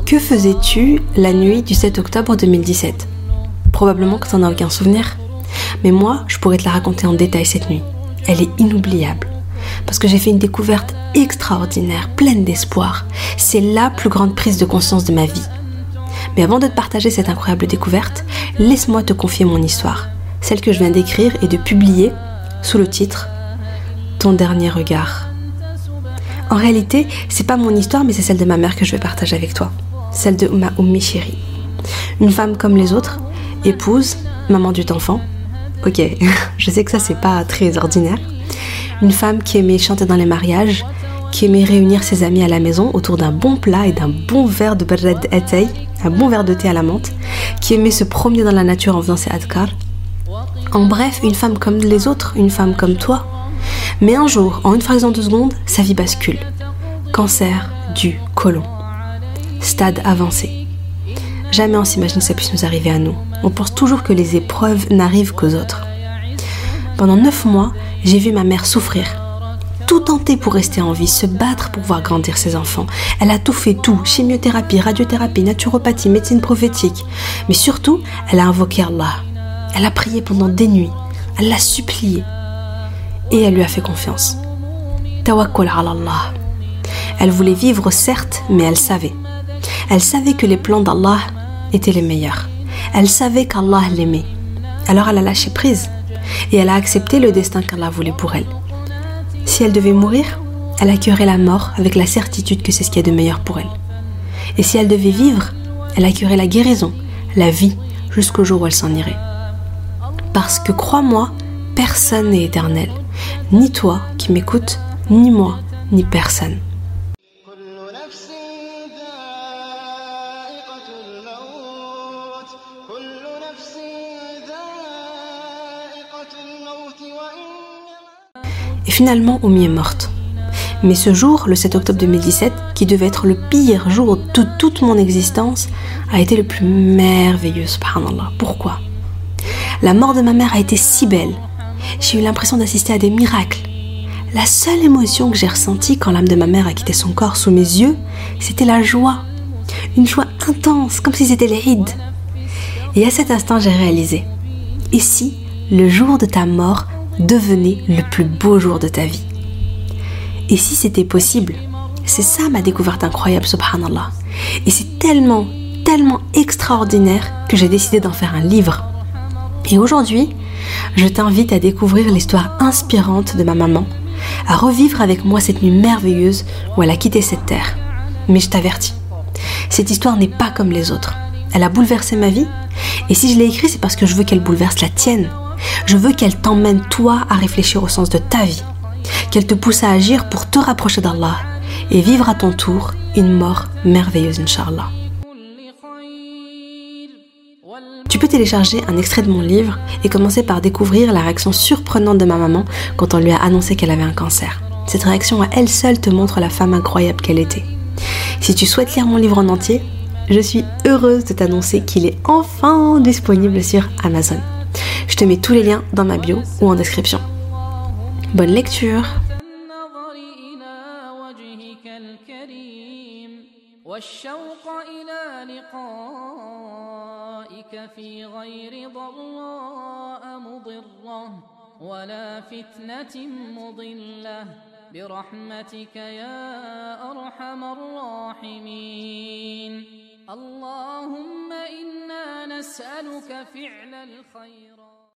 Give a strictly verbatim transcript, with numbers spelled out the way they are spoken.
Que faisais-tu la nuit du sept octobre deux mille dix-sept ? Probablement que tu n'en as aucun souvenir. Mais moi, je pourrais te la raconter en détail cette nuit. Elle est inoubliable. Parce que j'ai fait une découverte extraordinaire, pleine d'espoir. C'est la plus grande prise de conscience de ma vie. Mais avant de te partager cette incroyable découverte, laisse-moi te confier mon histoire. Celle que je viens d'écrire et de publier sous le titre « Ton dernier regard ». En réalité, c'est pas mon histoire, mais c'est celle de ma mère que je vais partager avec toi. Celle de ma Oummi chérie. Une femme comme les autres, épouse, maman d'une enfant. Ok, je sais que ça c'est pas très ordinaire. Une femme qui aimait chanter dans les mariages, qui aimait réunir ses amis à la maison autour d'un bon plat et d'un bon verre de barad atay, un bon verre de thé à la menthe, qui aimait se promener dans la nature en faisant ses adkar. En bref, une femme comme les autres, une femme comme toi. Mais un jour, en une fraction de seconde, sa vie bascule. Cancer du côlon. Stade avancé. Jamais on s'imagine que ça puisse nous arriver à nous. On pense toujours que les épreuves n'arrivent qu'aux autres. Pendant neuf mois, j'ai vu ma mère souffrir. Tout tenter pour rester en vie, se battre pour voir grandir ses enfants. Elle a tout fait, tout. Chimiothérapie, radiothérapie, naturopathie, médecine prophétique. Mais surtout, elle a invoqué Allah. Elle a prié pendant des nuits. Elle l'a supplié. Et elle lui a fait confiance. Tawakkul ala Allah. Elle voulait vivre, certes, mais elle savait. Elle savait que les plans d'Allah étaient les meilleurs. Elle savait qu'Allah l'aimait. Alors elle a lâché prise. Et elle a accepté le destin qu'Allah voulait pour elle. Si elle devait mourir, elle accueillerait la mort avec la certitude que c'est ce qu'il y a de meilleur pour elle. Et si elle devait vivre, elle accueillerait la guérison, la vie, jusqu'au jour où elle s'en irait. Parce que crois-moi, personne n'est éternel. Ni toi qui m'écoutes, ni moi, ni personne. Et finalement, Oummi est morte. Mais ce jour, le sept octobre deux mille dix-sept, qui devait être le pire jour de toute mon existence, a été le plus merveilleux, subhanallah. Pourquoi ? La mort de ma mère a été si belle. J'ai eu l'impression d'assister à des miracles. La seule émotion que j'ai ressentie quand l'âme de ma mère a quitté son corps sous mes yeux, c'était la joie. Une joie intense, comme si c'était l'Eid. Et à cet instant, j'ai réalisé. Ici, le jour de ta mort devenait le plus beau jour de ta vie. Et si c'était possible, c'est ça ma découverte incroyable, subhanallah. Et c'est tellement, tellement extraordinaire que j'ai décidé d'en faire un livre. Et aujourd'hui, je t'invite à découvrir l'histoire inspirante de ma maman, à revivre avec moi cette nuit merveilleuse où elle a quitté cette terre. Mais je t'avertis, cette histoire n'est pas comme les autres. Elle a bouleversé ma vie, et si je l'ai écrite, c'est parce que je veux qu'elle bouleverse la tienne. Je veux qu'elle t'emmène toi à réfléchir au sens de ta vie, qu'elle te pousse à agir pour te rapprocher d'Allah et vivre à ton tour une mort merveilleuse, Inch'Allah. Tu peux télécharger un extrait de mon livre et commencer par découvrir la réaction surprenante de ma maman quand on lui a annoncé qu'elle avait un cancer. Cette réaction à elle seule te montre la femme incroyable qu'elle était. Si tu souhaites lire mon livre en entier, je suis heureuse de t'annoncer qu'il est enfin disponible sur Amazon. Je te mets tous les liens dans ma bio ou en description. Bonne lecture! في غير ضراء مضرة ولا فتنة مضلة برحمتك يا أرحم الراحمين اللهم إنا نسألك فعل الخير